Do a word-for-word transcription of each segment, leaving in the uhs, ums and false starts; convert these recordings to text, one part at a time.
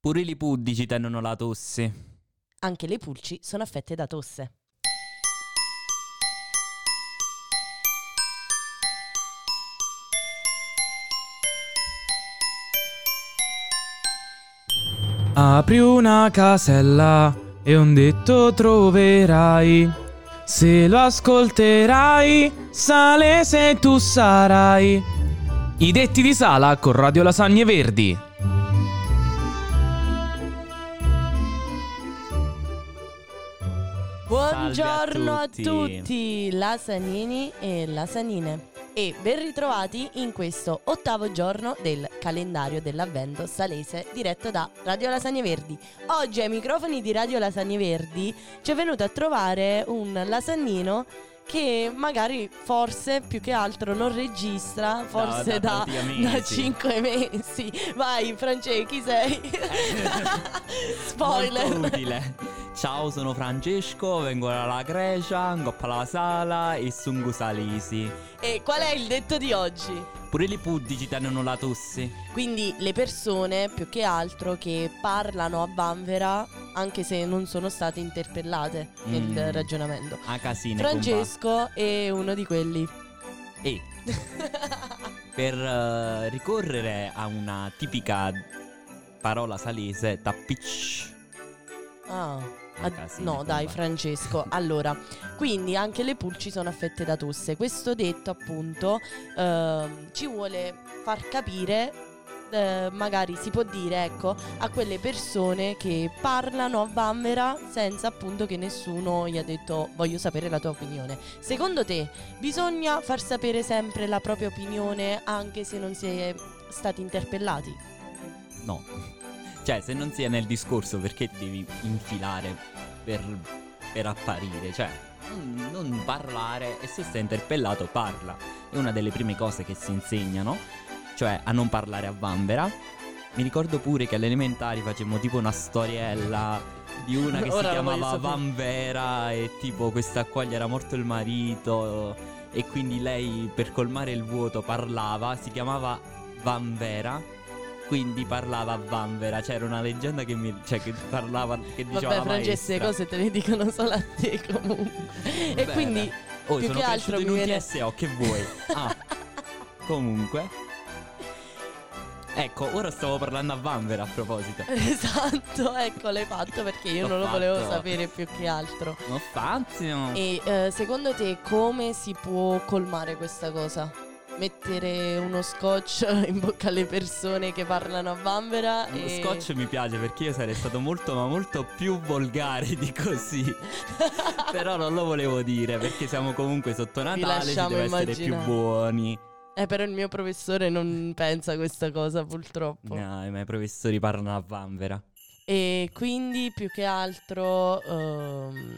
Pure i lipuddici tengono la tosse. Anche le pulci sono affette da tosse. Apri una casella e un detto troverai. Se lo ascolterai, Salese tu sarai. I detti di Sala con Radio Lasagne Verdi. Buongiorno a a tutti. tutti. Lasagnini e lasagnine. E ben ritrovati in questo ottavo giorno del calendario dell'avvento salese diretto da Radio Lasagne Verdi. Oggi ai microfoni di Radio Lasagne Verdi ci è venuto a trovare un lasagnino che magari forse più che altro non registra, forse da da, praticamente da mesi. cinque mesi. Vai Francesco, chi sei? Spoiler. Molto utile. Ciao, sono Francesco, vengo dalla Grecia, ngoppa la sala e sungu salisi. E qual è il detto di oggi? Pure i lipuddici tengono la tosse. Quindi le persone più che altro che parlano a vanvera anche se non sono state interpellate nel Mm. ragionamento. A casine. Francesco è uno di quelli. E per eh, ricorrere a una tipica parola salese, tappicci. Ah. A Ad- casine, no dai compa. Francesco. Allora, quindi anche le pulci sono affette da tosse. Questo detto appunto ehm, ci vuole far capire, eh, magari si può dire, ecco, a quelle persone che parlano a vanvera senza appunto che nessuno gli ha detto voglio sapere la tua opinione. Secondo te bisogna far sapere sempre la propria opinione anche se non si è stati interpellati? No. Cioè, se non si è nel discorso, perché ti devi infilare per, per apparire? Cioè, non, non parlare, e se sei interpellato parla. È una delle prime cose che si insegnano, cioè a non parlare a vanvera. Mi ricordo pure che alle elementari facevamo tipo una storiella di una che Ora si lo voglio chiamava sapere. Vanvera e tipo questa qua gli era morto il marito e quindi lei per colmare il vuoto parlava, si chiamava Vanvera. Quindi parlava a vanvera, c'era una leggenda che mi, cioè che parlava, che diceva Vabbè la Francesco, maestra. le cose te le dicono solo a te comunque. E Bene. quindi Oh, più sono che altro cresciuto in mi un viene- T S O, che vuoi? Ah, comunque. Ecco, ora stavo parlando a vanvera a proposito. Esatto, ecco l'hai fatto perché io L'ho non lo volevo fatto. sapere più che altro. Non fazio. E eh, secondo te come si può colmare questa cosa? Mettere uno scotch in bocca alle persone che parlano a vanvera Lo e... scotch mi piace perché io sarei stato molto ma molto più volgare di così. Però non lo volevo dire perché siamo comunque sotto Natale, si lasciamo deve essere immaginare. più buoni. Eh però il mio professore non pensa questa cosa purtroppo. No, i miei professori parlano a vanvera. E quindi più che altro... ehm,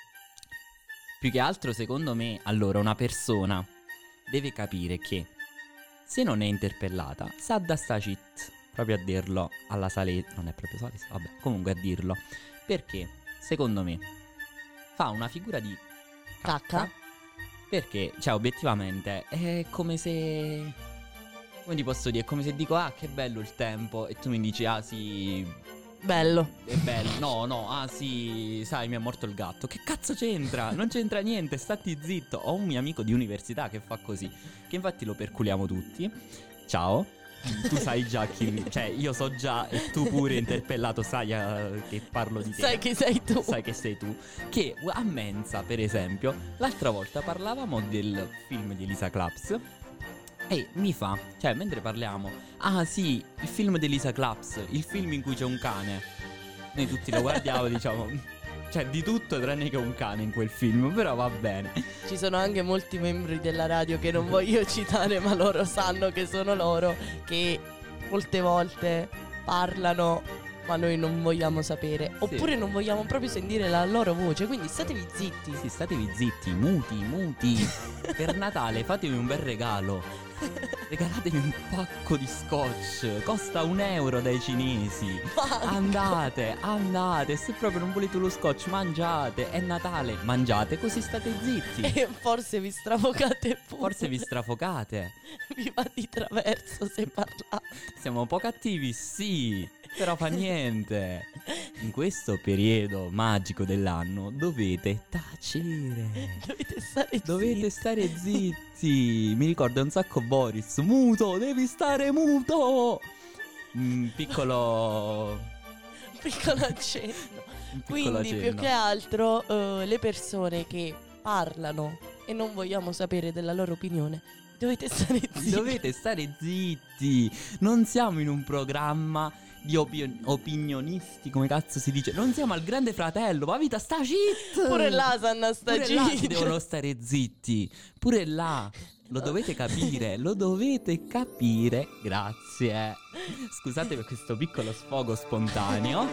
Più che altro, secondo me, allora, una persona deve capire che se non è interpellata, sa da sta shit, proprio a dirlo alla Salese, non è proprio Salese, vabbè, comunque a dirlo, perché, secondo me, fa una figura di cacca, Cacca? perché, cioè, obiettivamente, è come se, come ti posso dire, è come se dico, ah, che bello il tempo, e tu mi dici, ah, sì... bello. È bello, no, no, ah sì, sai, mi è morto il gatto. Che cazzo c'entra? Non c'entra niente, stati zitto. Ho un mio amico di università che fa così, che infatti lo perculiamo tutti. Ciao. Tu sai già chi, cioè io so già e tu pure interpellato sai eh, che parlo di te. Sai chi sei tu. Sai che sei tu. Che a mensa, per esempio, l'altra volta parlavamo del film di Elisa Claps. E mi fa, cioè mentre parliamo, ah sì, il film di Elisa Claps, il film in cui c'è un cane. Noi tutti lo guardiamo, diciamo, cioè di tutto tranne che un cane in quel film, però va bene. Ci sono anche molti membri della radio che non voglio citare, ma loro sanno che sono loro, che molte volte parlano, ma noi non vogliamo sapere. Oppure non vogliamo proprio sentire la loro voce, quindi statevi zitti. Sì, statevi zitti, muti, muti. Per Natale fatevi un bel regalo. Regalatevi un pacco di scotch, costa un euro dai cinesi. Andate, andate, se proprio non volete lo scotch, mangiate, è Natale, mangiate così state zitti. E forse vi strafocate pure. Forse vi strafocate. Vi va di traverso se parlate. Siamo un po' cattivi, sì, però fa niente. In questo periodo magico dell'anno dovete tacere. Dovete stare zitti. Dovete stare zitti. Mi ricorda un sacco Boris. Muto, devi stare muto. Mm, piccolo Piccolo accenno. un piccolo Quindi più accenno. che altro eh, le persone che parlano e non vogliamo sapere della loro opinione, dovete stare zitti. Dovete stare zitti. Non siamo in un programma di opi- opinionisti, come cazzo si dice. Non siamo al Grande Fratello. Ma vita, sta zitto. Pure là sanno sta Pure là si zitti. devono stare zitti. Pure là. Lo dovete capire, lo dovete capire. Grazie. Scusate per questo piccolo sfogo spontaneo.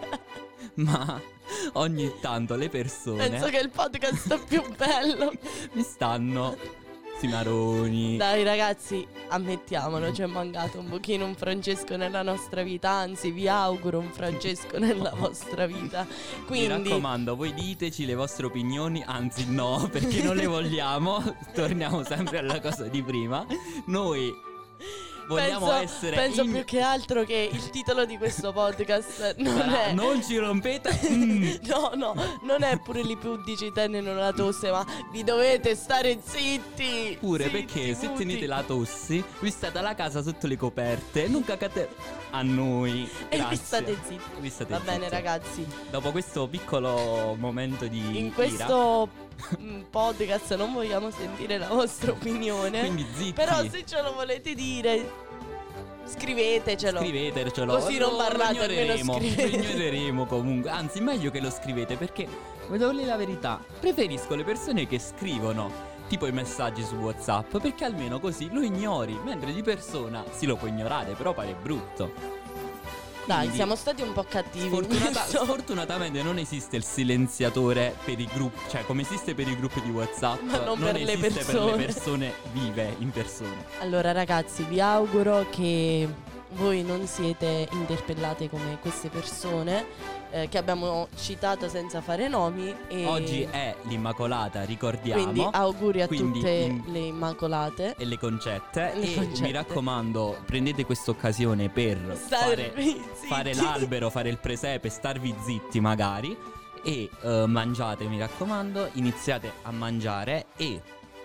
Ma ogni tanto le persone Penso che il podcast più bello. mi stanno simaroni. Dai ragazzi, ammettiamolo, ci è mancato un pochino un Francesco nella nostra vita. Anzi, vi auguro un Francesco nella vostra vita. Mi Quindi raccomando, voi diteci le vostre opinioni, anzi no, perché non le vogliamo. Torniamo sempre alla cosa di prima. Noi vogliamo penso, essere penso in- più che altro che il titolo di questo podcast non Sarà, è non ci rompete. Mm. No, no, non è pure li pudici tengono la tosse, ma vi dovete stare zitti. Pure zitti, perché se muti. tenete la tossi, vi state alla casa sotto le coperte, non cagate a noi. E Grazie. vi state zitti. Vi state Va bene zitti. ragazzi, Dopo questo piccolo momento di in ira, questo mm, podcast non vogliamo sentire la vostra opinione. quindi zitti. Però se ce lo volete dire, scrivetecelo. Scrivetecelo. Così non Lo- parlate, lo almeno ignoreremo. scrivete. Lo ignoreremo comunque. Anzi, meglio che lo scrivete perché, vi devo dire la verità, preferisco le persone che scrivono tipo i messaggi su WhatsApp, perché almeno così lo ignori, mentre di persona si lo può ignorare, però pare brutto. Dai, Quindi, siamo stati un po' cattivi. in Sfortunata- questo. sfortunatamente non esiste il silenziatore per i gruppi, cioè come esiste per i gruppi di WhatsApp, Ma non per le esiste per persone. le persone vive in persona. Allora ragazzi, vi auguro che voi non siete interpellate come queste persone eh, che abbiamo citato senza fare nomi e Oggi è l'Immacolata, ricordiamo. quindi auguri a Quindi tutte in- le immacolate. e le concette. Le e concette. mi raccomando, prendete questa occasione per Starvi fare, zitti. fare l'albero, fare il presepe, starvi zitti magari. E eh, mangiate, mi raccomando. Iniziate a mangiare. E,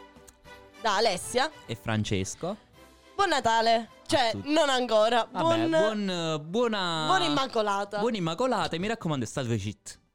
Da Alessia, e Francesco. buon Natale. Cioè, tutti. non ancora. Vabbè, buon, buon, eh, buona buona Immacolata. buona Immacolata. E mi raccomando, state zitti.